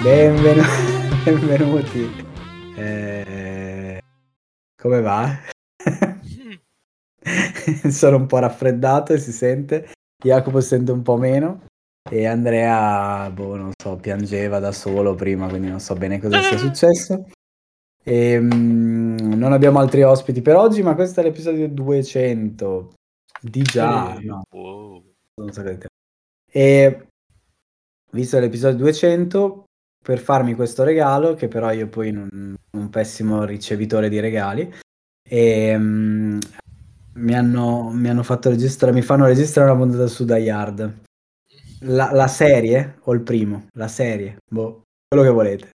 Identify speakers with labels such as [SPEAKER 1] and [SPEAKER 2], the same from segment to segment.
[SPEAKER 1] Benvenu- benvenuti. Come va? Sono un po' raffreddato e si sente. Jacopo si sente un po' meno. E Andrea, non so, piangeva da solo prima, quindi non so bene cosa sia successo. Non abbiamo altri ospiti per oggi, ma questo è l'episodio 200. Di già, no,
[SPEAKER 2] Wow.
[SPEAKER 1] non so che tempo. E visto l'episodio 200, per farmi questo regalo, che però io poi un pessimo ricevitore di regali, mi hanno fatto registrare, mi fanno registrare una puntata su Die Hard. La serie o il primo? La serie, quello che volete.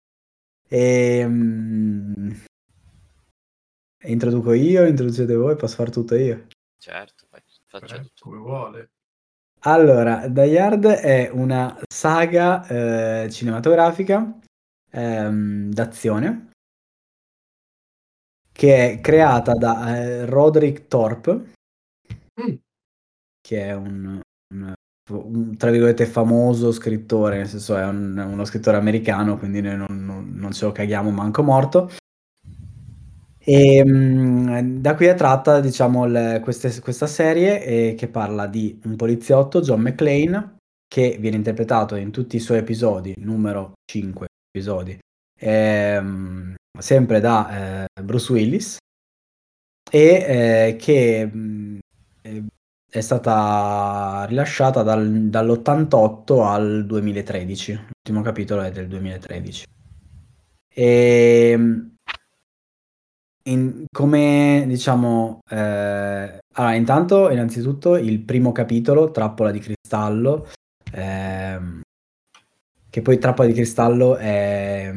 [SPEAKER 1] Introduco io, introducete voi, posso far tutto io.
[SPEAKER 2] Certo, faccia tutto.
[SPEAKER 3] Come vuole.
[SPEAKER 1] Allora, Die Hard è una saga cinematografica d'azione che è creata da Roderick Thorpe, che è un, tra virgolette, famoso scrittore, nel senso è uno scrittore americano, quindi noi non ce lo caghiamo manco morto. E da qui è tratta, diciamo, questa serie che parla di un poliziotto, John McClane, che viene interpretato in tutti i suoi episodi, numero 5 episodi, sempre da Bruce Willis, e che è stata rilasciata dall'88 al 2013. L'ultimo capitolo è del 2013. Come diciamo, allora, intanto, innanzitutto, il primo capitolo, Trappola di cristallo, che poi Trappola di cristallo è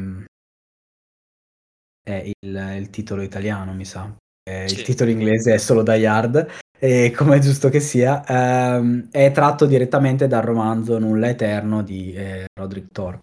[SPEAKER 1] il titolo italiano, mi sa.
[SPEAKER 2] Sì.
[SPEAKER 1] Il titolo inglese è solo Die Hard, e come è giusto che sia, è tratto direttamente dal romanzo Nulla Eterno di Roderick Thorpe.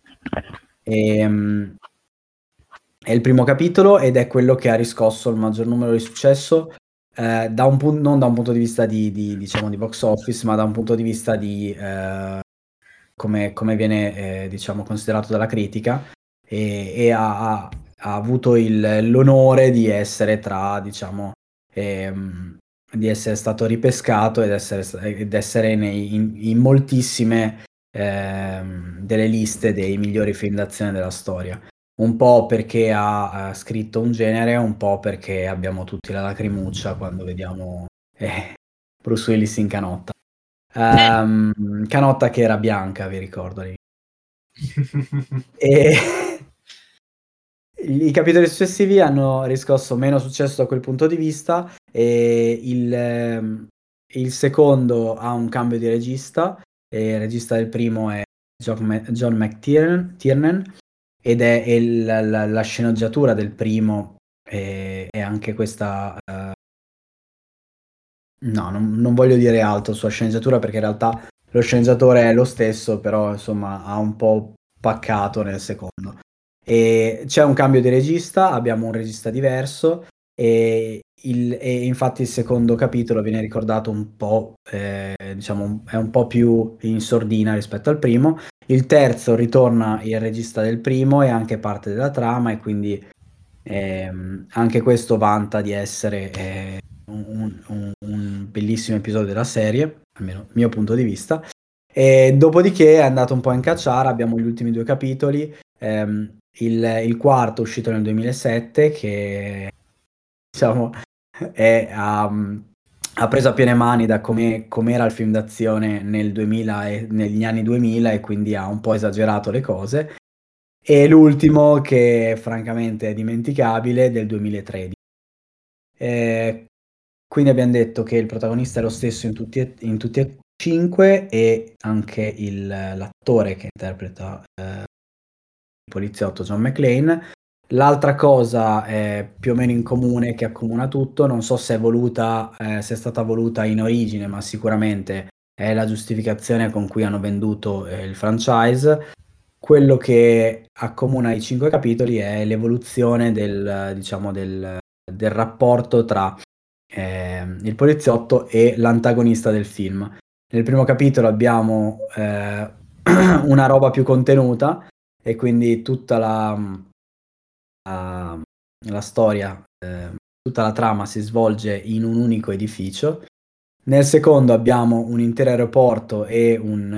[SPEAKER 1] È il primo capitolo ed è quello che ha riscosso il maggior numero di successo, non da un punto di vista diciamo, di box office, ma da un punto di vista di come viene diciamo, considerato dalla critica, e ha avuto l'onore di essere diciamo, di essere stato ripescato ed essere in moltissime delle liste dei migliori film d'azione della storia. Un po' perché ha scritto un genere, un po' perché abbiamo tutti la lacrimuccia quando vediamo Bruce Willis in canotta. Canotta che era bianca, vi ricordo. E i capitoli successivi hanno riscosso meno successo da quel punto di vista, e il secondo ha un cambio di regista. Il regista del primo è John McTiernan, ed è la sceneggiatura del primo, e anche questa no, non voglio dire altro sulla sceneggiatura, perché in realtà lo sceneggiatore è lo stesso, però insomma ha un po' paccato nel secondo. E c'è un cambio di regista, abbiamo un regista diverso, e infatti il secondo capitolo viene ricordato un po', diciamo, è un po' più in sordina rispetto al primo. Il terzo ritorna il regista del primo e anche parte della trama, e quindi anche questo vanta di essere un bellissimo episodio della serie, almeno dal mio punto di vista. E dopodiché è andato un po' in cacciara, abbiamo gli ultimi due capitoli, il quarto uscito nel 2007, che diciamo ha preso a piene mani da com'era il film d'azione nel 2000 e negli anni 2000, e quindi ha un po' esagerato le cose. E l'ultimo, che francamente è dimenticabile, del 2013. Quindi abbiamo detto che il protagonista è lo stesso in tutti e cinque, e anche l'attore che interpreta il poliziotto, John McClane. L'altra cosa più o meno in comune, che accomuna tutto, non so se è stata voluta in origine, ma sicuramente è la giustificazione con cui hanno venduto il franchise. Quello che accomuna i 5 capitoli è l'evoluzione diciamo, del rapporto tra il poliziotto e l'antagonista del film. Nel primo capitolo abbiamo una roba più contenuta, e quindi tutta la storia, tutta la trama si svolge in un unico edificio. Nel secondo abbiamo un intero aeroporto e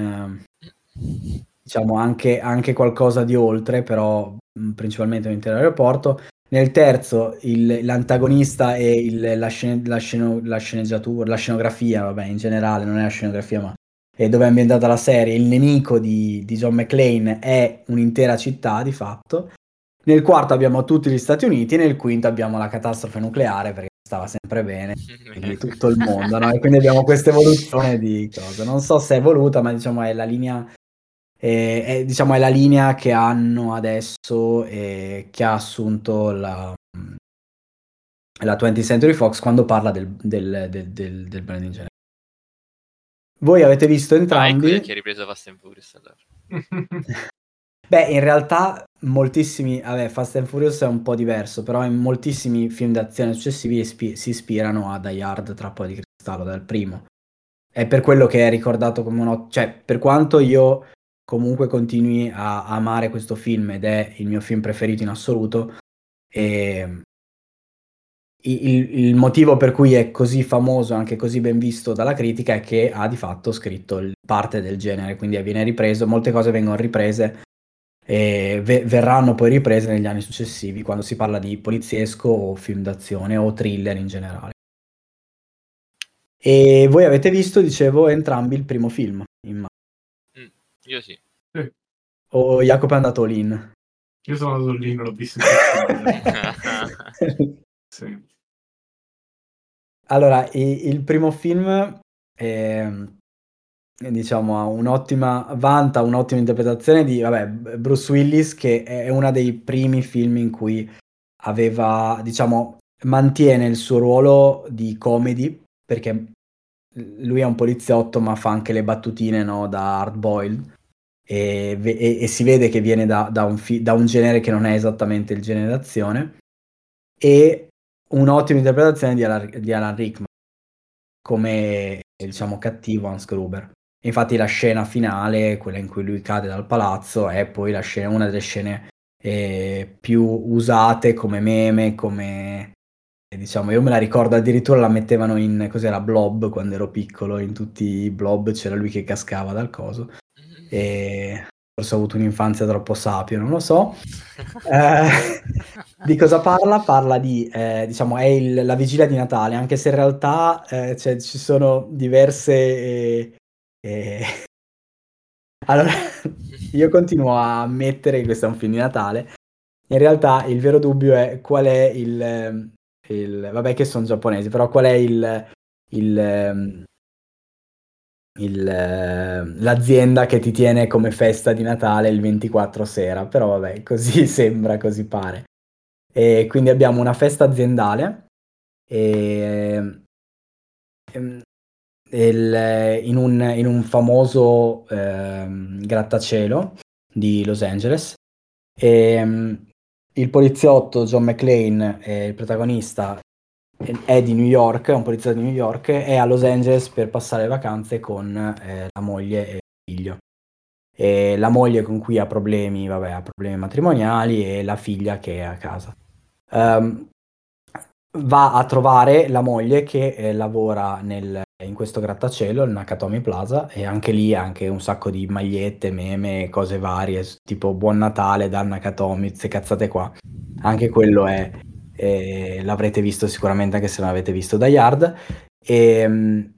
[SPEAKER 1] diciamo anche qualcosa di oltre, però principalmente un intero aeroporto. Nel terzo l'antagonista e la sceneggiatura, la scenografia, vabbè, in generale non è la scenografia, ma è dove è ambientata la serie, il nemico di John McClane è un'intera città di fatto. Nel quarto abbiamo tutti gli Stati Uniti, nel quinto abbiamo la catastrofe nucleare perché stava sempre bene, quindi tutto il mondo, no? E quindi abbiamo questa evoluzione di cosa. Non so se è voluta, ma diciamo è la linea, diciamo è la linea che hanno adesso e che ha assunto la 20th Century Fox quando parla del brand in generale. Voi avete visto
[SPEAKER 2] ecco
[SPEAKER 1] entrambi?
[SPEAKER 2] che ha ripreso Fast and Furious allora.
[SPEAKER 1] Beh, in realtà moltissimi, vabbè, Fast and Furious è un po' diverso, però in moltissimi film d'azione successivi si ispirano a Die Hard, Trappola di cristallo, dal primo. È per quello che è ricordato come uno, cioè, per quanto io comunque continui a amare questo film ed è il mio film preferito in assoluto, e il motivo per cui è così famoso, anche così ben visto dalla critica, è che ha di fatto scritto parte del genere, quindi viene ripreso, molte cose vengono riprese e verranno poi riprese negli anni successivi quando si parla di poliziesco o film d'azione o thriller in generale. E voi avete visto, dicevo, entrambi il primo film,
[SPEAKER 2] Io sì.
[SPEAKER 1] o Jacopo è andato lì?
[SPEAKER 3] Io sono andato lì, non l'ho visto. Sì.
[SPEAKER 1] Allora, il primo film diciamo vanta un'ottima interpretazione di Bruce Willis, che è uno dei primi film in cui diciamo, mantiene il suo ruolo di comedy, perché lui è un poliziotto ma fa anche le battutine, no, da hard boiled, e si vede che viene da un genere che non è esattamente il genere d'azione, e un'ottima interpretazione di Alan Rickman come, diciamo, cattivo Hans Gruber. Infatti la scena finale, quella in cui lui cade dal palazzo, è poi una delle scene più usate come meme, come diciamo, io me la ricordo, addirittura la mettevano in, cos'era, Blob, quando ero piccolo, in tutti i Blob c'era lui che cascava dal coso, e forse ho avuto un'infanzia troppo sapio, non lo so. Di cosa parla? Parla di, diciamo, è la vigilia di Natale, anche se in realtà ci sono diverse... Allora, io continuo a ammettere che questo è un film di Natale. In realtà il vero dubbio è qual è vabbè che sono giapponesi, però qual è l'azienda che ti tiene come festa di Natale il 24 sera, però vabbè, così sembra, così pare. E quindi abbiamo una festa aziendale in un famoso grattacielo di Los Angeles. Il poliziotto John McClane, il protagonista, è di New York, è un poliziotto di New York, è a Los Angeles per passare le vacanze con la moglie e il figlio. E la moglie con cui ha problemi matrimoniali, e la figlia che è a casa. Va a trovare la moglie che lavora in questo grattacielo, il Nakatomi Plaza, e anche lì anche un sacco di magliette, meme, cose varie, tipo Buon Natale dal Nakatomi, queste cazzate qua. Anche quello l'avrete visto sicuramente, anche se non avete visto Die Hard. E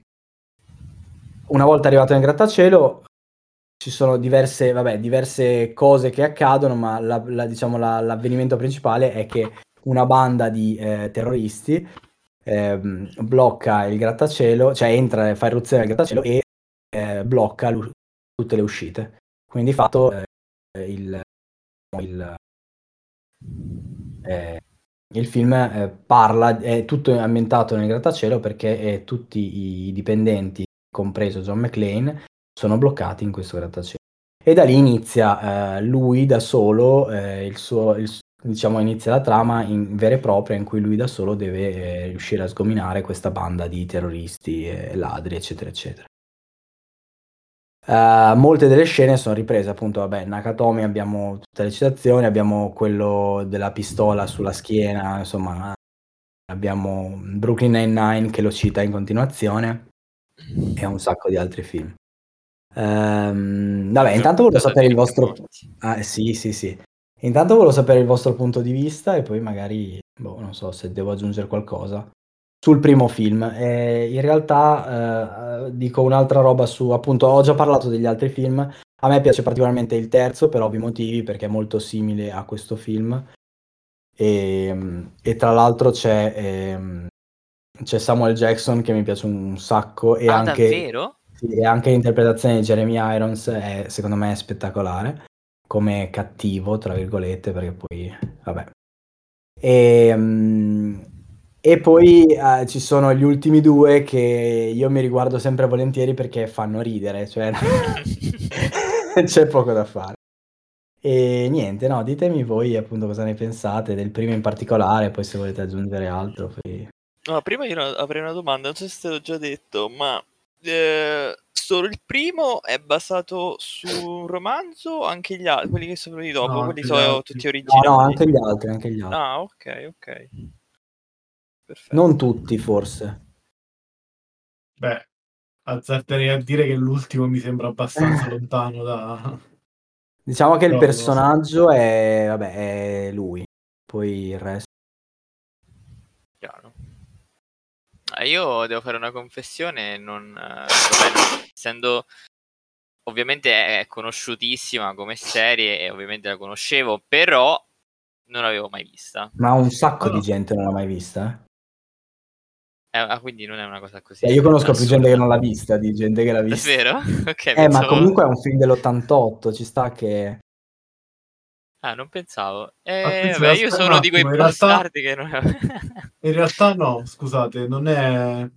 [SPEAKER 1] una volta arrivato nel grattacielo ci sono diverse cose che accadono, ma diciamo, l'avvenimento principale è che una banda di terroristi blocca il grattacielo, cioè entra, fa irruzione nel grattacielo e blocca tutte le uscite. Quindi di fatto il film parla, è tutto ambientato nel grattacielo perché tutti i dipendenti, compreso John McClane, sono bloccati in questo grattacielo. E da lì inizia lui da solo, diciamo, inizia la trama vera e propria, in cui lui da solo deve riuscire a sgominare questa banda di terroristi, ladri, eccetera, eccetera. Molte delle scene sono riprese, appunto, vabbè, Nakatomi abbiamo tutte le citazioni, abbiamo quello della pistola sulla schiena, insomma, abbiamo Brooklyn Nine-Nine che lo cita in continuazione e un sacco di altri film. Vabbè, intanto volevo sapere il vostro... sì, sì, sì. Intanto volevo sapere il vostro punto di vista e poi magari, non so se devo aggiungere qualcosa sul primo film. In realtà dico un'altra roba su, appunto, ho già parlato degli altri film. A me piace particolarmente il terzo per ovvi motivi, perché è molto simile a questo film. E tra l'altro c'è Samuel Jackson che mi piace un sacco e
[SPEAKER 2] davvero?
[SPEAKER 1] sì, e anche l'interpretazione di Jeremy Irons è, secondo me, spettacolare come cattivo, tra virgolette, perché poi vabbè. E poi ci sono gli ultimi due che io mi riguardo sempre volentieri perché fanno ridere, cioè c'è poco da fare. E niente, no, ditemi voi appunto cosa ne pensate del primo in particolare, poi se volete aggiungere altro. Poi...
[SPEAKER 2] No, prima io avrei una domanda, non so se te l'ho già detto, ma solo il primo è basato su un romanzo o anche gli altri, quelli che sono venuti dopo,
[SPEAKER 3] No,
[SPEAKER 2] quelli
[SPEAKER 3] anche gli
[SPEAKER 2] sono
[SPEAKER 3] altri.
[SPEAKER 2] tutti originali?
[SPEAKER 1] No, anche gli altri, anche gli altri.
[SPEAKER 2] Ah, ok. Perfetto.
[SPEAKER 1] Non tutti, forse.
[SPEAKER 3] Beh, azzarderei a dire che l'ultimo mi sembra abbastanza lontano da...
[SPEAKER 1] Diciamo che il
[SPEAKER 3] Però non lo so.
[SPEAKER 1] personaggio è lui, poi il resto...
[SPEAKER 2] Chiaro. Io devo fare una confessione, essendo ovviamente è conosciutissima come serie e ovviamente la conoscevo, però non l'avevo mai vista.
[SPEAKER 1] Ma un sacco di
[SPEAKER 3] No.
[SPEAKER 1] gente non l'ha mai vista.
[SPEAKER 2] Quindi non è una cosa così
[SPEAKER 1] Io conosco più gente che
[SPEAKER 2] assurda.
[SPEAKER 1] non l'ha vista di gente che l'ha vista.
[SPEAKER 2] Davvero? Ok,
[SPEAKER 1] Ma
[SPEAKER 2] pensavo...
[SPEAKER 1] comunque è un film dell'88, ci sta che...
[SPEAKER 2] Ah, non pensavo.
[SPEAKER 3] Attenzione,
[SPEAKER 2] Vabbè, io
[SPEAKER 3] aspetta un
[SPEAKER 2] sono di quei
[SPEAKER 3] attimo, in realtà
[SPEAKER 2] bastardi che non...
[SPEAKER 3] in realtà no, scusate, non è...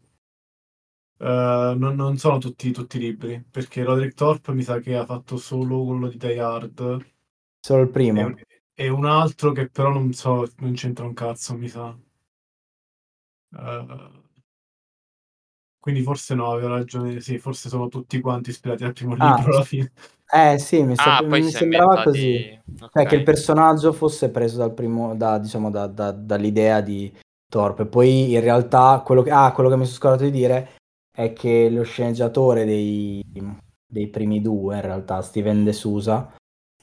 [SPEAKER 3] non sono tutti libri, perché Roderick Thorpe mi sa che ha fatto solo quello di Die Hard
[SPEAKER 1] Solo il primo.
[SPEAKER 3] e un altro che però non so, non c'entra un cazzo, mi sa. Quindi forse no, avevo ragione, sì, forse sono tutti quanti ispirati al primo libro alla fine.
[SPEAKER 1] Sì,
[SPEAKER 2] poi
[SPEAKER 1] mi
[SPEAKER 2] si sono
[SPEAKER 1] sembrava così.
[SPEAKER 2] inventati...
[SPEAKER 1] Cioè che il
[SPEAKER 2] Ok.
[SPEAKER 1] personaggio fosse preso dal primo, diciamo, dall'idea di Thorpe. Poi in realtà quello che mi sono scordato di dire è che lo sceneggiatore dei primi due, in realtà, Steven De Souza,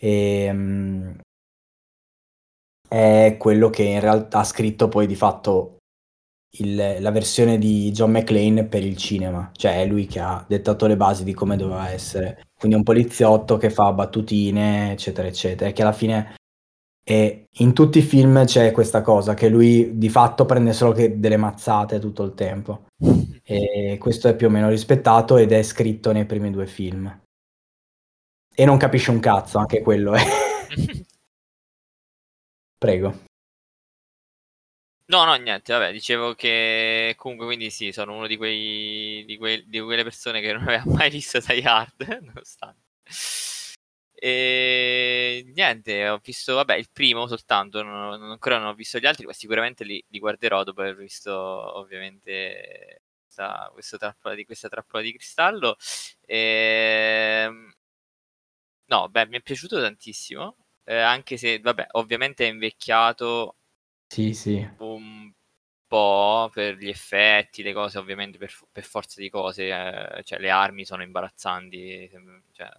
[SPEAKER 1] è quello che in realtà ha scritto poi di fatto la versione di John McClane per il cinema, cioè è lui che ha dettato le basi di come doveva essere, quindi un poliziotto che fa battutine, eccetera, eccetera, e che alla fine in tutti i film c'è questa cosa, che lui di fatto prende solo che delle mazzate tutto il tempo, e questo è più o meno rispettato ed è scritto nei primi due film. E non capisce un cazzo, anche quello è. Prego.
[SPEAKER 2] No, niente, vabbè, dicevo che comunque quindi sì, sono uno di quelle persone che non aveva mai visto Die Hard, nonostante. E niente, ho visto, vabbè, il primo soltanto, ancora non ho visto gli altri, ma sicuramente li guarderò dopo aver visto ovviamente questa trappola di cristallo. No, beh, mi è piaciuto tantissimo, anche se, vabbè, ovviamente è invecchiato
[SPEAKER 1] Sì.
[SPEAKER 2] un po' per gli effetti, le cose, ovviamente per forza di cose, cioè le armi sono imbarazzanti, cioè,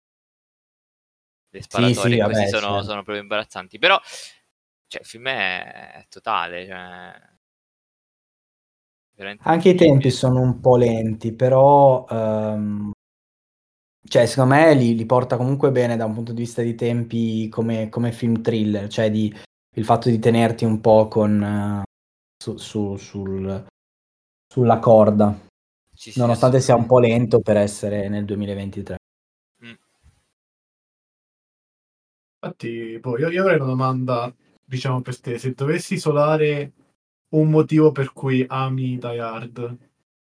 [SPEAKER 2] le sparatorie
[SPEAKER 1] Sì,
[SPEAKER 2] così
[SPEAKER 1] vabbè,
[SPEAKER 2] sono
[SPEAKER 1] certo.
[SPEAKER 2] proprio imbarazzanti, però cioè, il film è totale, cioè, veramente
[SPEAKER 1] Anche i tempi
[SPEAKER 2] incredibile.
[SPEAKER 1] sono un po' lenti, però cioè, secondo me li porta comunque bene da un punto di vista di tempi come film thriller, cioè il fatto di tenerti un po' sulla corda,
[SPEAKER 2] Sì,
[SPEAKER 1] nonostante sia un po'
[SPEAKER 2] assolutamente.
[SPEAKER 1] lento per essere nel 2023.
[SPEAKER 2] Mm.
[SPEAKER 3] Infatti, poi io avrei una domanda, diciamo, per te. Se dovessi isolare un motivo per cui ami Die Hard,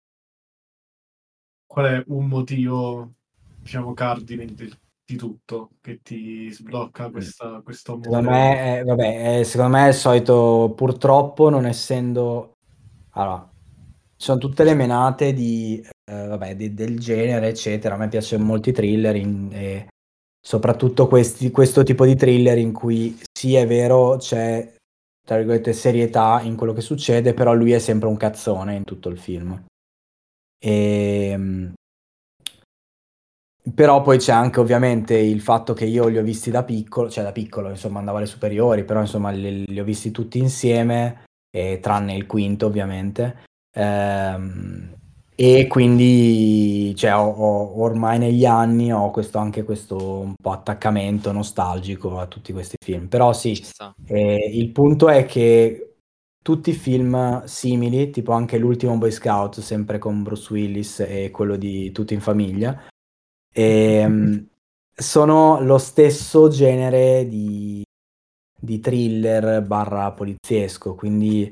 [SPEAKER 3] qual è un motivo, diciamo, cardine di tutto che ti sblocca questo
[SPEAKER 1] Secondo
[SPEAKER 3] amore?
[SPEAKER 1] me, secondo me è il solito, purtroppo non essendo... Allora, ci sono tutte le menate di vabbè, del genere, eccetera. A me piacciono molti thriller, e soprattutto questo tipo di thriller in cui sì, è vero, c'è, tra virgolette, serietà in quello che succede, però lui è sempre un cazzone in tutto il film. Però poi c'è anche ovviamente il fatto che io li ho visti da piccolo, cioè da piccolo, insomma, andavo alle superiori, però insomma li ho visti tutti insieme, tranne il quinto ovviamente. E quindi cioè, ormai negli anni ho anche questo un po' attaccamento nostalgico a tutti questi film. Però sì,
[SPEAKER 2] Ci sta.
[SPEAKER 1] il punto è che tutti i film simili, tipo anche l'ultimo Boy Scout, sempre con Bruce Willis, e quello di Tutti in famiglia, sono lo stesso genere di thriller barra poliziesco, quindi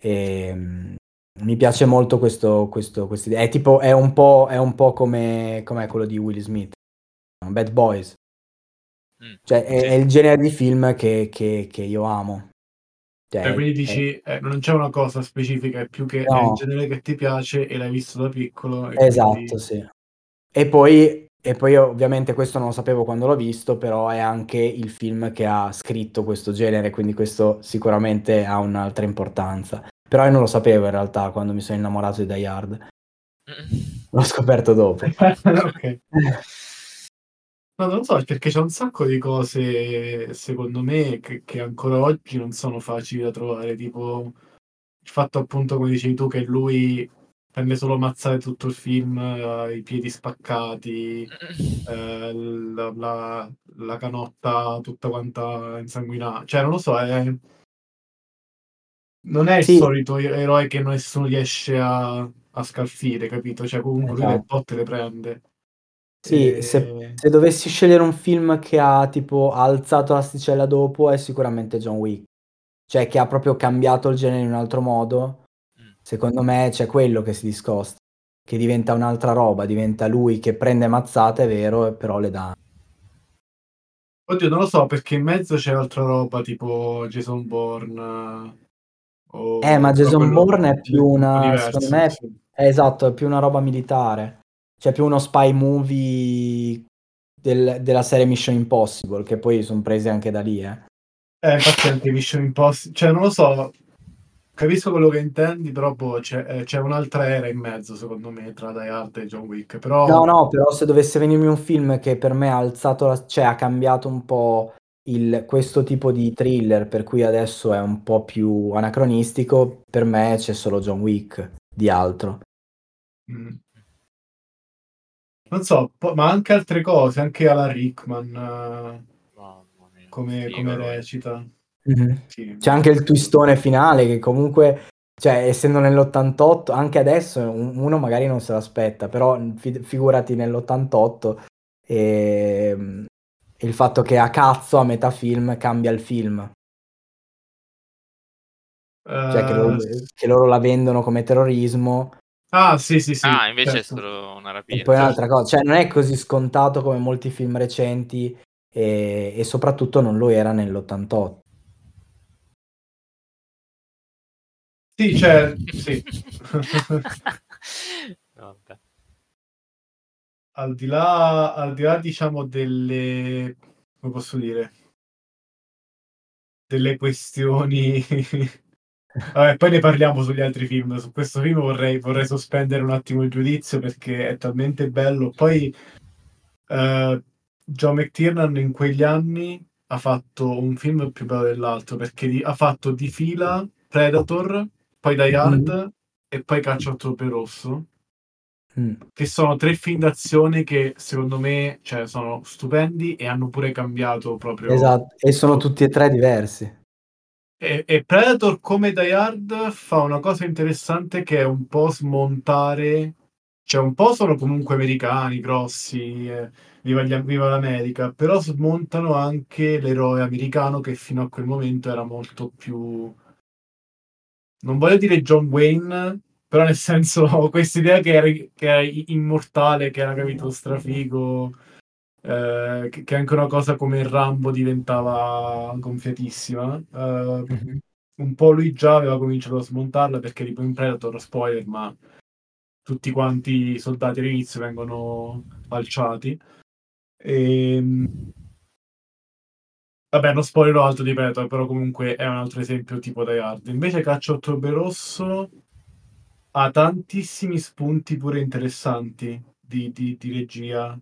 [SPEAKER 1] mi piace molto questa idea. È un po' come com'è quello di Will Smith, Bad Boys. Cioè è
[SPEAKER 2] Sì.
[SPEAKER 1] il genere di film che io amo. Cioè,
[SPEAKER 3] Quindi dici, non c'è una cosa specifica, è più che è il
[SPEAKER 1] no,
[SPEAKER 3] genere che ti piace e l'hai visto da piccolo e
[SPEAKER 1] esatto,
[SPEAKER 3] quindi...
[SPEAKER 1] sì. E poi ovviamente questo non lo sapevo quando l'ho visto, però è anche il film che ha scritto questo genere, quindi questo sicuramente ha un'altra importanza. Però io non lo sapevo in realtà quando mi sono innamorato di Die Hard. L'ho scoperto dopo.
[SPEAKER 3] Ok. No, non so, perché c'è un sacco di cose, secondo me, che ancora oggi non sono facili da trovare, tipo il fatto appunto, come dicevi tu, che lui prende solo mazzate tutto il film, ha i piedi spaccati, la canotta tutta quanta insanguinata. Cioè, non lo so, non è il
[SPEAKER 1] Sì,
[SPEAKER 3] solito eroe che nessuno riesce a scalfire, capito? Cioè, comunque lui le
[SPEAKER 1] esatto.
[SPEAKER 3] botte le prende.
[SPEAKER 1] Sì,
[SPEAKER 3] E...
[SPEAKER 1] se dovessi scegliere un film che ha tipo alzato l'asticella dopo è sicuramente John Wick. Cioè che ha proprio cambiato il genere in un altro modo. Secondo me c'è quello che si discosta, che diventa un'altra roba, diventa lui che prende mazzate, è vero, però le dà.
[SPEAKER 3] Oddio, non lo so, perché in mezzo c'è altra roba, tipo Jason Bourne,
[SPEAKER 1] Ma
[SPEAKER 3] però
[SPEAKER 1] Jason
[SPEAKER 3] quello
[SPEAKER 1] Bourne è più
[SPEAKER 3] un po'
[SPEAKER 1] secondo
[SPEAKER 3] diverso,
[SPEAKER 1] me,
[SPEAKER 3] sì.
[SPEAKER 1] è esatto, è più una roba militare. Cioè più uno spy movie della serie Mission Impossible, che poi sono prese anche da lì, eh.
[SPEAKER 3] Infatti anche Mission Impossible, cioè non lo so, capisco quello che intendi, però boh, c'è un'altra era in mezzo, secondo me, tra Die Hard e John Wick,
[SPEAKER 1] No,
[SPEAKER 3] però...
[SPEAKER 1] no, però se dovesse venirmi un film che per me ha alzato cioè ha cambiato un po' questo tipo di thriller, per cui adesso è un po' più anacronistico, per me c'è solo John Wick, di altro.
[SPEAKER 3] mm, non so, ma anche altre cose, anche Alan Rickman,
[SPEAKER 2] Mamma mia, figo
[SPEAKER 3] come
[SPEAKER 2] lui.
[SPEAKER 3] recita.
[SPEAKER 1] Mhm.
[SPEAKER 3] Sì,
[SPEAKER 1] C'è anche il twistone finale che comunque, cioè essendo nell'88, anche adesso uno magari non se l'aspetta, però figurati nell'88, e il fatto che a cazzo a metà film cambia il film. Cioè
[SPEAKER 3] eh,
[SPEAKER 1] che loro la vendono come terrorismo,
[SPEAKER 3] sì, sì, sì,
[SPEAKER 2] Ah, invece è
[SPEAKER 3] certo,
[SPEAKER 2] solo una
[SPEAKER 1] e
[SPEAKER 2] rapina.
[SPEAKER 1] poi
[SPEAKER 3] certo.
[SPEAKER 1] un'altra cosa, cioè non è così scontato come molti film recenti, e soprattutto non lo era nell'88.
[SPEAKER 3] Sì, cioè, sì.
[SPEAKER 2] Vabbè.
[SPEAKER 3] Al di là, diciamo, delle, come posso dire, delle questioni. Vabbè, poi ne parliamo sugli altri film. Su questo film vorrei sospendere un attimo il giudizio perché è talmente bello. Poi Joe McTiernan in quegli anni ha fatto un film più bello dell'altro perché ha fatto di fila Predator, poi Die
[SPEAKER 1] Mm.
[SPEAKER 3] Hard e poi Caccia al Trofeo Rosso,
[SPEAKER 1] Mm.
[SPEAKER 3] che sono tre film d'azione che secondo me, cioè, sono stupendi e hanno pure cambiato proprio.
[SPEAKER 1] Esatto, e sono tutti e tre diversi.
[SPEAKER 3] E Predator come Die Hard fa una cosa interessante che è un po' smontare, cioè un po' sono comunque americani, grossi, viva l'America, però smontano anche l'eroe americano che fino a quel momento era molto più, non voglio dire John Wayne, però nel senso questa idea che era immortale, che era capito strafigo, che anche una cosa come il Rambo diventava gonfiatissima.
[SPEAKER 1] Mhm.
[SPEAKER 3] Un po' lui già aveva cominciato a smontarla perché tipo in Predator, spoiler, ma tutti quanti i soldati all'inizio vengono falciati. Vabbè, non spoilerò altro di Predator, però comunque è un altro esempio tipo Die Hard. Invece Caccia a Ottobre Rosso ha tantissimi spunti pure interessanti di regia.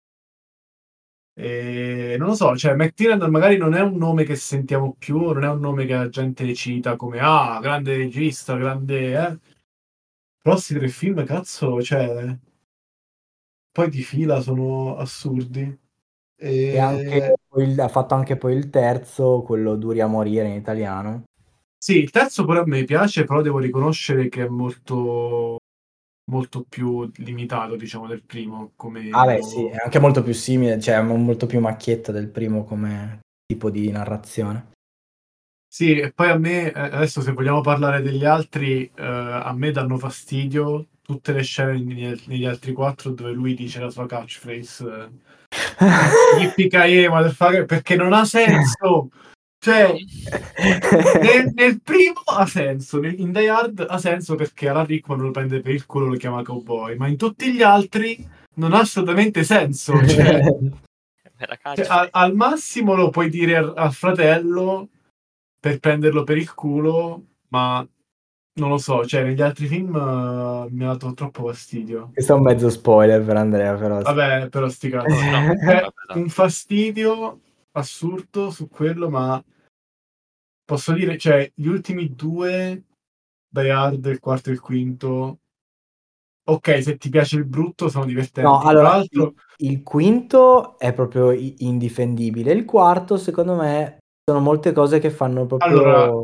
[SPEAKER 3] Non lo so, cioè McTiernan magari non è un nome che sentiamo più, non è un nome che la gente cita come grande regista, grande. Però questi 3 film, cazzo, cioè, poi di fila sono assurdi.
[SPEAKER 1] E anche ha fatto anche poi il terzo, quello Duri a morire in italiano.
[SPEAKER 3] Sì, il terzo pure a me piace, però devo riconoscere che è molto, molto più limitato, diciamo, del primo.
[SPEAKER 1] Beh, sì, è anche molto più simile, cioè molto più macchietta del primo come tipo di narrazione.
[SPEAKER 3] Sì, e poi a me, adesso se vogliamo parlare degli altri, a me danno fastidio tutte le scene negli altri 4 dove lui dice la sua catchphrase. Yippee-ki-yay, motherfucker, perché non ha senso. Cioè, nel primo ha senso, in Die Hard ha senso perché Alan Rickman lo prende per il culo e lo chiama cowboy, ma in tutti gli altri non ha assolutamente senso. Cioè, al massimo lo puoi dire al fratello per prenderlo per il culo, ma non lo so, cioè negli altri film mi ha dato troppo fastidio.
[SPEAKER 1] Questo è un mezzo spoiler per Andrea, però.
[SPEAKER 3] Vabbè, però sti cazzi. È un fastidio assurdo su quello, ma posso dire, cioè, gli ultimi 2, Die Hard, il quarto e il quinto, ok, se ti piace il brutto sono divertenti.
[SPEAKER 1] No,
[SPEAKER 3] Tra
[SPEAKER 1] allora,
[SPEAKER 3] l'altro,
[SPEAKER 1] il quinto è proprio indifendibile. Il quarto, secondo me, sono molte cose che fanno proprio.
[SPEAKER 3] allora,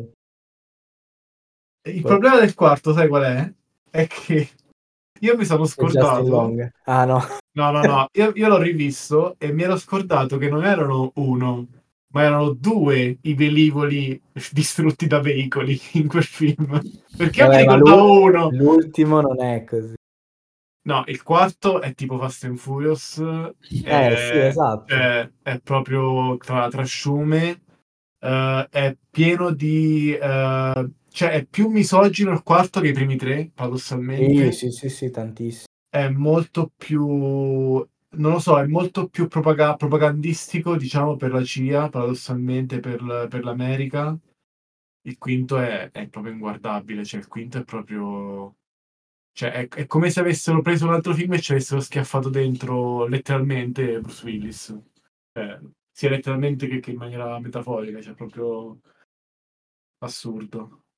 [SPEAKER 3] il problema del quarto, sai qual è? È che io mi sono
[SPEAKER 1] È Justin
[SPEAKER 3] scordato.
[SPEAKER 1] Long. Ah, no.
[SPEAKER 3] No, io l'ho rivisto e mi ero scordato che non erano 1, ma erano 2 i velivoli distrutti da veicoli in quel film. Perché io mi
[SPEAKER 1] Vabbè, ma
[SPEAKER 3] ricordavo 1.
[SPEAKER 1] l'ultimo non è così.
[SPEAKER 3] No, il quarto è tipo Fast and Furious,
[SPEAKER 1] Sì, esatto.
[SPEAKER 3] è proprio tra sciume, è pieno di. Cioè, è più misogino il quarto che i primi 3, paradossalmente.
[SPEAKER 1] Sì, tantissimo.
[SPEAKER 3] È molto più, non lo so, è molto più propagandistico, diciamo, per la CIA, paradossalmente per l'America. Il quinto è proprio inguardabile, cioè il quinto è proprio. Cioè, è come se avessero preso un altro film e ci avessero schiaffato dentro letteralmente Bruce Willis. Sia letteralmente che in maniera metaforica, cioè proprio assurdo.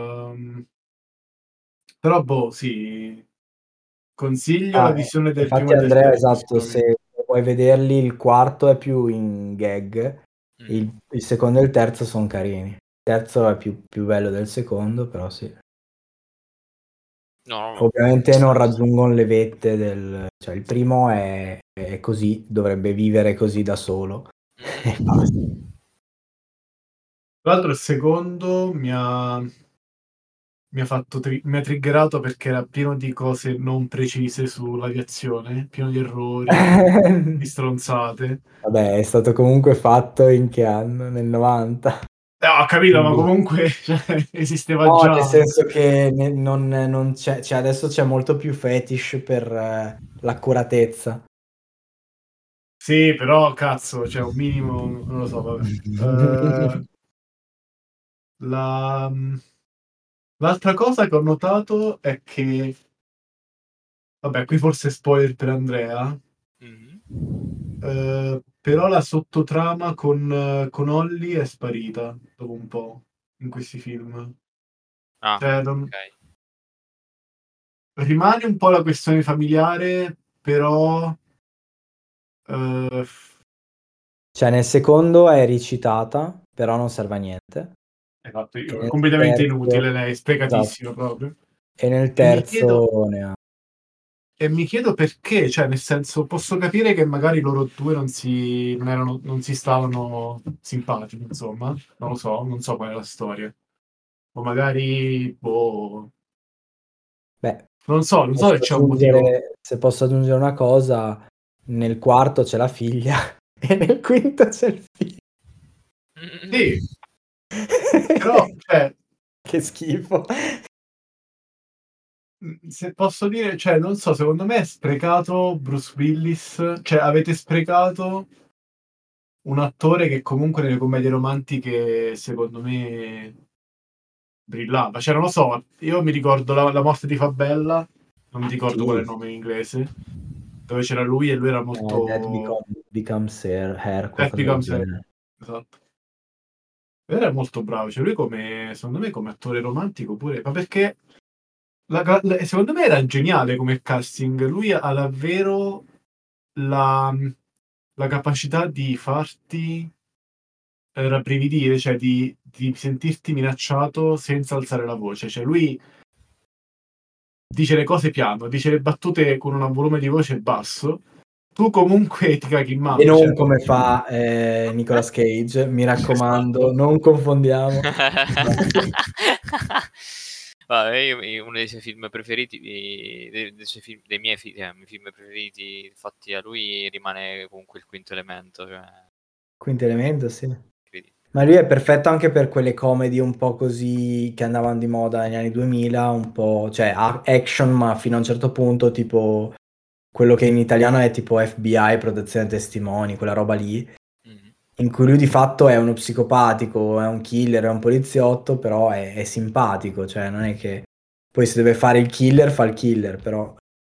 [SPEAKER 3] Però, boh, sì. Consiglio la visione del primo
[SPEAKER 1] Infatti
[SPEAKER 3] e del
[SPEAKER 1] Andrea,
[SPEAKER 3] terzo,
[SPEAKER 1] esatto,
[SPEAKER 3] sicuramente.
[SPEAKER 1] se vuoi vederli, il quarto è più in gag, il secondo e il terzo sono carini. Il terzo è più bello del secondo, però sì.
[SPEAKER 2] No.
[SPEAKER 1] Ovviamente non raggiungono le vette cioè il primo è così, dovrebbe vivere così da solo. E basta.
[SPEAKER 3] Tra l'altro il secondo mi ha triggerato perché era pieno di cose non precise sull'aviazione, pieno di errori, di stronzate.
[SPEAKER 1] Vabbè, è stato comunque fatto in che anno? Nel 90.
[SPEAKER 3] Ho capito, ma
[SPEAKER 1] Quindi.
[SPEAKER 3] comunque esisteva
[SPEAKER 1] No,
[SPEAKER 3] già.
[SPEAKER 1] nel senso che non c'è, cioè adesso c'è molto più fetish per l'accuratezza.
[SPEAKER 3] Sì, però cazzo, c'è un minimo, non lo so, vabbè. L'altra cosa che ho notato è che, vabbè, qui forse spoiler per Andrea, però la sottotrama con Holly è sparita dopo un po' in questi film. Cioè,
[SPEAKER 2] Ok.
[SPEAKER 3] rimane un po' la questione familiare, però
[SPEAKER 1] Cioè nel secondo è recitata, però non serve a niente.
[SPEAKER 3] esatto,
[SPEAKER 1] E nel
[SPEAKER 3] completamente
[SPEAKER 1] terzo,
[SPEAKER 3] inutile, lei è sprecatissimo
[SPEAKER 1] esatto.
[SPEAKER 3] proprio.
[SPEAKER 1] E nel
[SPEAKER 3] E mi chiedo,
[SPEAKER 1] terzo ne ha.
[SPEAKER 3] E mi chiedo perché, cioè, nel senso, posso capire che magari loro due non si stavano simpatici, insomma, non lo so, non so qual è la storia. O magari, boh,
[SPEAKER 1] Beh,
[SPEAKER 3] non so se c'è un motivo.
[SPEAKER 1] se posso aggiungere una cosa, nel quarto c'è la figlia e nel quinto c'è il figlio.
[SPEAKER 3] Sì, però, cioè,
[SPEAKER 1] Che schifo.
[SPEAKER 3] se posso dire, cioè, non so, secondo me è sprecato Bruce Willis, cioè avete sprecato un attore che comunque nelle commedie romantiche, secondo me, brillava. Cioè, non lo so, io mi ricordo la morte di Fabella, non mi ricordo qual è il
[SPEAKER 1] Sì,
[SPEAKER 3] nome in inglese, dove c'era lui e lui era molto...
[SPEAKER 1] Becomes Her,
[SPEAKER 3] Death
[SPEAKER 1] qualcosa del
[SPEAKER 3] Becomes Her,
[SPEAKER 1] genere.
[SPEAKER 3] esatto. Era molto bravo, cioè lui come, secondo me come attore romantico pure, ma perché secondo me era geniale come casting, lui ha davvero la capacità di farti rabbrividire, cioè di sentirti minacciato senza alzare la voce, cioè lui dice le cose piano, dice le battute con un volume di voce basso, tu comunque ti caghi in
[SPEAKER 1] E
[SPEAKER 3] mano,
[SPEAKER 1] non
[SPEAKER 3] cioè...
[SPEAKER 1] come fa Nicolas Cage, mi raccomando,
[SPEAKER 3] Esatto.
[SPEAKER 1] non confondiamo.
[SPEAKER 2] Vabbè, uno dei suoi film preferiti, dei miei film preferiti fatti da lui rimane comunque Il Quinto Elemento. Cioè,
[SPEAKER 1] Quinto Elemento, sì.
[SPEAKER 2] incredibile.
[SPEAKER 1] Ma lui è perfetto anche per quelle comedy un po' così che andavano di moda negli anni 2000, un po', cioè action, ma fino a un certo punto, tipo quello che in italiano è tipo FBI, protezione testimoni, quella roba lì,
[SPEAKER 2] Mhm.
[SPEAKER 1] in cui lui di fatto è uno psicopatico, è un killer, è un poliziotto, però è simpatico, cioè non è che poi se deve fare il killer fa il killer, però...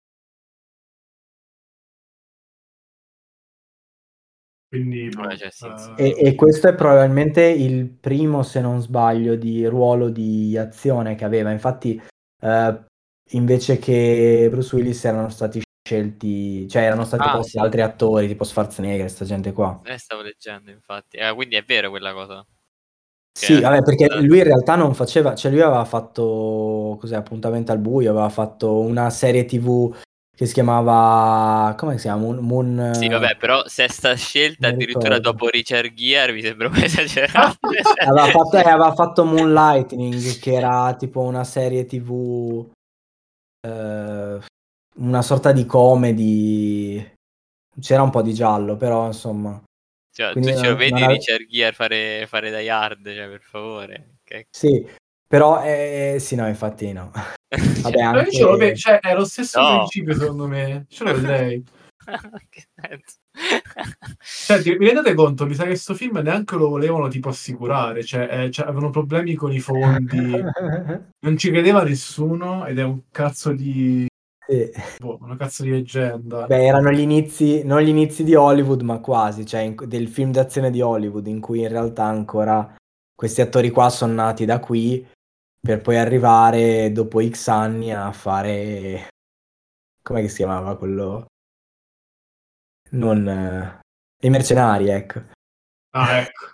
[SPEAKER 3] Quindi,
[SPEAKER 2] Vabbè,
[SPEAKER 3] boh,
[SPEAKER 2] cioè, sì, sì.
[SPEAKER 1] E questo è probabilmente il primo, se non sbaglio, di ruolo di azione che aveva. Infatti, invece che Bruce Willis erano stati scelti, cioè erano stati
[SPEAKER 2] Ah,
[SPEAKER 1] posti
[SPEAKER 2] sì,
[SPEAKER 1] altri attori, tipo Schwarzenegger, questa gente qua.
[SPEAKER 2] stavo leggendo, infatti. Quindi è vero quella cosa.
[SPEAKER 1] Sì,
[SPEAKER 2] Che,
[SPEAKER 1] vabbè, perché lui in realtà non faceva, cioè lui aveva fatto, cos'è, Appuntamento al buio, aveva fatto una serie TV che si chiamava, come si chiama?
[SPEAKER 2] sì, vabbè, però sesta scelta
[SPEAKER 1] Non
[SPEAKER 2] addirittura
[SPEAKER 1] ricordo.
[SPEAKER 2] dopo Richard Gere mi sembra un po' esagerato.
[SPEAKER 1] Aveva fatto Moonlightning, che era tipo una serie TV, eh, una sorta di comedy. C'era un po' di giallo, però insomma.
[SPEAKER 2] Cioè, tu
[SPEAKER 1] Quindi
[SPEAKER 2] ce lo
[SPEAKER 1] non
[SPEAKER 2] vedi
[SPEAKER 1] ave-
[SPEAKER 2] Richard Gere fare Die Hard, cioè, per favore.
[SPEAKER 1] Sì, però sì, no, infatti no. Vabbè,
[SPEAKER 2] Cioè,
[SPEAKER 3] Ma io ce lo vedo,
[SPEAKER 1] anche...
[SPEAKER 3] cioè, è lo stesso
[SPEAKER 2] no.
[SPEAKER 3] principio, secondo me. Ce lo vedrei.
[SPEAKER 2] Che senso?
[SPEAKER 3] Cioè, vi rendete conto? Mi sa che questo film neanche lo volevano tipo assicurare. Cioè, avevano problemi con i fondi. Non ci credeva nessuno ed è un cazzo di...
[SPEAKER 1] Sì.
[SPEAKER 3] boh, una cazzo di leggenda.
[SPEAKER 1] Vabbè, erano gli inizi, non gli inizi di Hollywood, ma quasi, cioè del film d'azione di Hollywood, in cui in realtà ancora questi attori qua sono nati da qui per poi arrivare dopo X anni a fare, come si chiamava quello? Non, i mercenari, ecco.
[SPEAKER 3] Ah, ecco.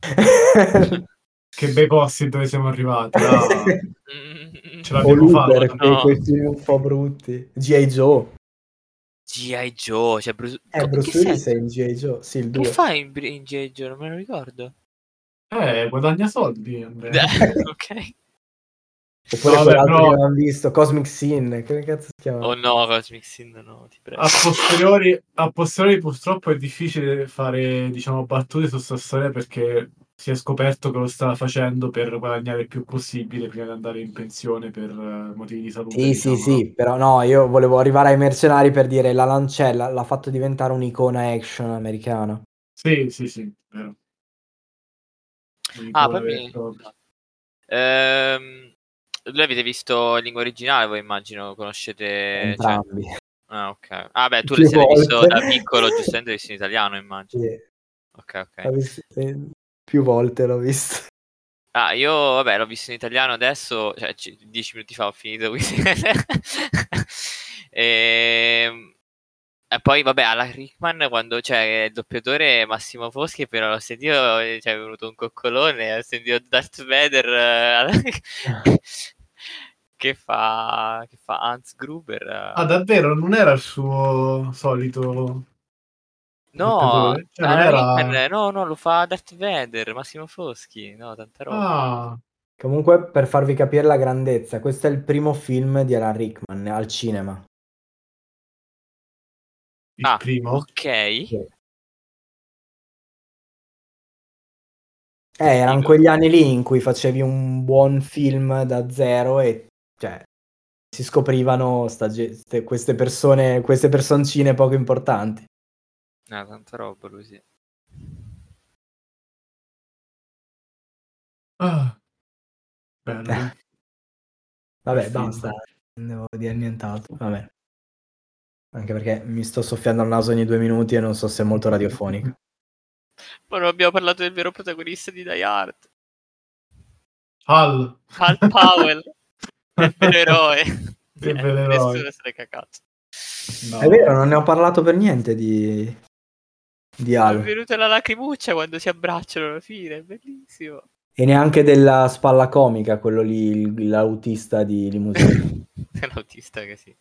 [SPEAKER 3] Che bei posti dove siamo arrivati. Ah, ce
[SPEAKER 1] O
[SPEAKER 3] l'abbiamo fatta.
[SPEAKER 1] Looper, quei
[SPEAKER 2] No.
[SPEAKER 1] film un po' brutti. G.I. Joe.
[SPEAKER 2] G.I. Joe, cioè che
[SPEAKER 1] Bruce Willis è
[SPEAKER 2] senso?
[SPEAKER 1] in G.I. Joe, sì, il
[SPEAKER 2] Che
[SPEAKER 1] 2.
[SPEAKER 2] fai in G.I. Joe? Non me lo ricordo.
[SPEAKER 3] Guadagna soldi, Andrea.
[SPEAKER 2] Ok.
[SPEAKER 1] Oppure
[SPEAKER 3] No, vabbè,
[SPEAKER 1] quell'altro che
[SPEAKER 3] però
[SPEAKER 1] avevamo visto, Cosmic Sin, che cazzo si
[SPEAKER 2] Oh
[SPEAKER 1] chiama?
[SPEAKER 2] no, Cosmic Sin, no, ti prego.
[SPEAKER 3] a posteriori purtroppo è difficile fare, diciamo, battute su questa storia perché si è scoperto che lo stava facendo per guadagnare il più possibile prima di andare in pensione per motivi di salute,
[SPEAKER 1] Sì, sì,
[SPEAKER 3] diciamo, no?
[SPEAKER 1] sì, però no, io volevo arrivare ai mercenari per dire la Lancella l'ha fatto diventare un'icona action americana.
[SPEAKER 3] Sì, sì, sì, vero.
[SPEAKER 2] Ah,
[SPEAKER 3] Un'icona
[SPEAKER 2] poi
[SPEAKER 3] vera e propria.
[SPEAKER 2] Voi avete visto in lingua originale, voi immagino, conoscete, cioè...
[SPEAKER 1] Entrambi,
[SPEAKER 2] Ah, ok. Ah, beh, tu
[SPEAKER 1] più
[SPEAKER 2] se l'hai visto
[SPEAKER 1] volte.
[SPEAKER 2] da piccolo, giustamente l'hai visto in italiano, immagino.
[SPEAKER 1] Sì,
[SPEAKER 2] Ok, ok.
[SPEAKER 1] più volte l'ho visto.
[SPEAKER 2] Ah, io, vabbè, l'ho visto in italiano adesso, cioè 10 minuti fa ho finito, quindi... Ehm, E poi, vabbè, alla Rickman, quando c'è il doppiatore Massimo Foschi, però l'ho sentito, cioè, è venuto un coccolone, ho sentito Darth Vader che fa Hans Gruber.
[SPEAKER 3] Ah, davvero? Non era il suo solito
[SPEAKER 2] No,
[SPEAKER 3] doppiatore? Cioè, non
[SPEAKER 2] alla
[SPEAKER 3] era...
[SPEAKER 2] Rickman, no, lo fa Darth Vader, Massimo Foschi, no, tanta roba.
[SPEAKER 3] Ah,
[SPEAKER 1] Comunque, per farvi capire la grandezza, questo è il primo film di Alan Rickman al cinema.
[SPEAKER 3] il
[SPEAKER 2] Ah,
[SPEAKER 3] primo?
[SPEAKER 2] ok,
[SPEAKER 1] Sì. Erano
[SPEAKER 2] figo.
[SPEAKER 1] quegli anni lì in cui facevi un buon film da zero e, cioè, si scoprivano queste personcine poco importanti.
[SPEAKER 2] Tanta roba lui, sì.
[SPEAKER 3] Bello.
[SPEAKER 1] Vabbè, basta, non devo dire nient'altro. Vabbè. Anche perché mi sto soffiando al naso ogni 2 minuti e non so se è molto radiofonico.
[SPEAKER 2] Ma non abbiamo parlato del vero protagonista di Die Hard.
[SPEAKER 3] Hal
[SPEAKER 2] Powell, il vero eroe.
[SPEAKER 3] Il vero eroe.
[SPEAKER 2] Nessuno se l'è cagato.
[SPEAKER 3] No.
[SPEAKER 1] È vero, non ne ho parlato per niente di Hal.
[SPEAKER 2] È venuta la lacrimuccia quando si abbracciano alla fine, è bellissimo.
[SPEAKER 1] E neanche della spalla comica, quello lì, l'autista di Limousine.
[SPEAKER 2] È l'autista che sì.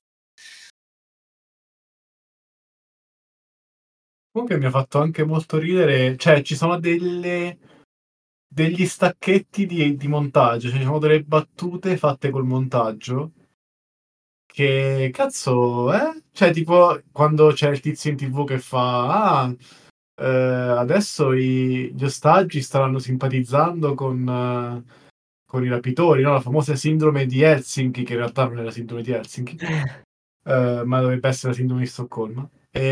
[SPEAKER 3] Comunque mi ha fatto anche molto ridere, cioè ci sono degli stacchetti di montaggio, cioè ci sono delle battute fatte col montaggio che cazzo, Cioè tipo quando c'è il tizio in TV che fa adesso gli ostaggi staranno simpatizzando con i rapitori, no? La famosa sindrome di Helsinki, che in realtà non è la sindrome di Helsinki, ma dovrebbe essere la sindrome di Stoccolma.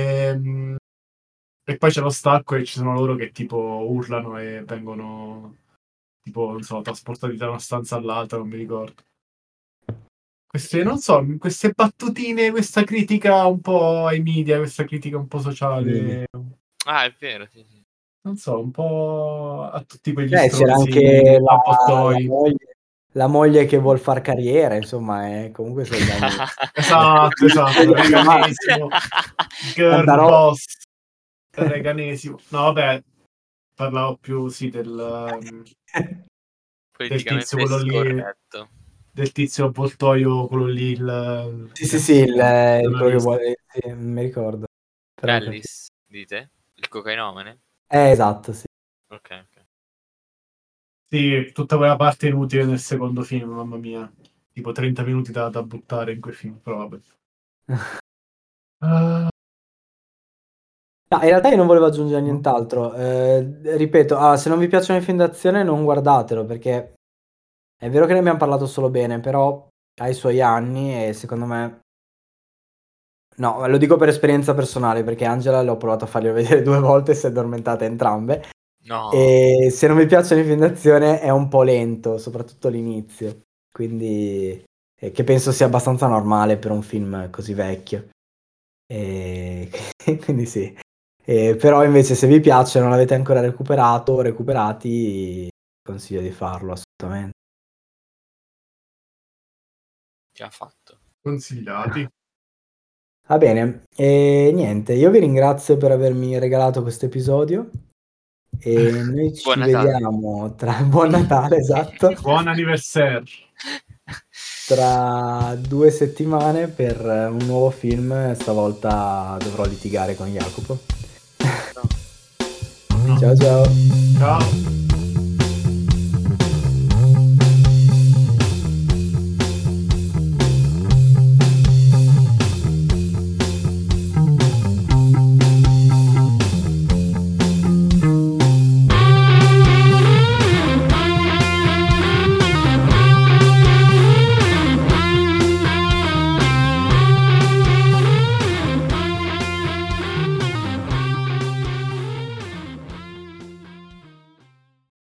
[SPEAKER 3] E poi c'è lo stacco e ci sono loro che tipo urlano e vengono tipo, non so, trasportati da una stanza all'altra, non mi ricordo. Queste, non so, queste battutine, questa critica un po' ai media, questa critica un po' sociale.
[SPEAKER 2] Ah, è vero, sì, sì.
[SPEAKER 3] Non so, un po' a tutti quegli
[SPEAKER 1] c'era
[SPEAKER 3] stronzi
[SPEAKER 1] anche
[SPEAKER 3] avvoltoi.
[SPEAKER 1] la moglie che vuol far carriera, insomma, comunque sono
[SPEAKER 3] Esatto, reganesimo. Girl boss. Reganesimo. No, vabbè, parlavo più, sì, del tizio, quello lì, del tizio avvoltoio, quello lì,
[SPEAKER 1] sì, quello che vuole, sì, mi ricordo.
[SPEAKER 2] Ellis, dite? Il cocainomane?
[SPEAKER 1] Esatto, sì.
[SPEAKER 2] Ok.
[SPEAKER 3] Sì, tutta quella parte inutile nel secondo film, mamma mia. Tipo 30 minuti da buttare in quel film, però vabbè.
[SPEAKER 1] No, in realtà io non volevo aggiungere nient'altro. Ripeto, se non vi piacciono i film d'azione non guardatelo, perché è vero che ne abbiamo parlato solo bene, però ha i suoi anni e secondo me... No, lo dico per esperienza personale, perché Angela l'ho provato a farglielo vedere 2 volte e si è addormentata entrambe.
[SPEAKER 2] No.
[SPEAKER 1] E se non vi piacciono i film d'azione è un po' lento, soprattutto l'inizio. Quindi che penso sia abbastanza normale per un film così vecchio. Quindi sì. Però invece se vi piace e non l'avete ancora recuperato o recuperati, consiglio di farlo assolutamente.
[SPEAKER 2] Già fatto.
[SPEAKER 3] Consigliati.
[SPEAKER 1] Va bene, e niente, io vi ringrazio per avermi regalato questo episodio e noi ci vediamo tra... Buon Natale, esatto.
[SPEAKER 3] Buon anniversario.
[SPEAKER 1] Tra 2 settimane per un nuovo film, stavolta dovrò litigare con Jacopo.
[SPEAKER 3] No.
[SPEAKER 1] Ciao.
[SPEAKER 3] Ciao.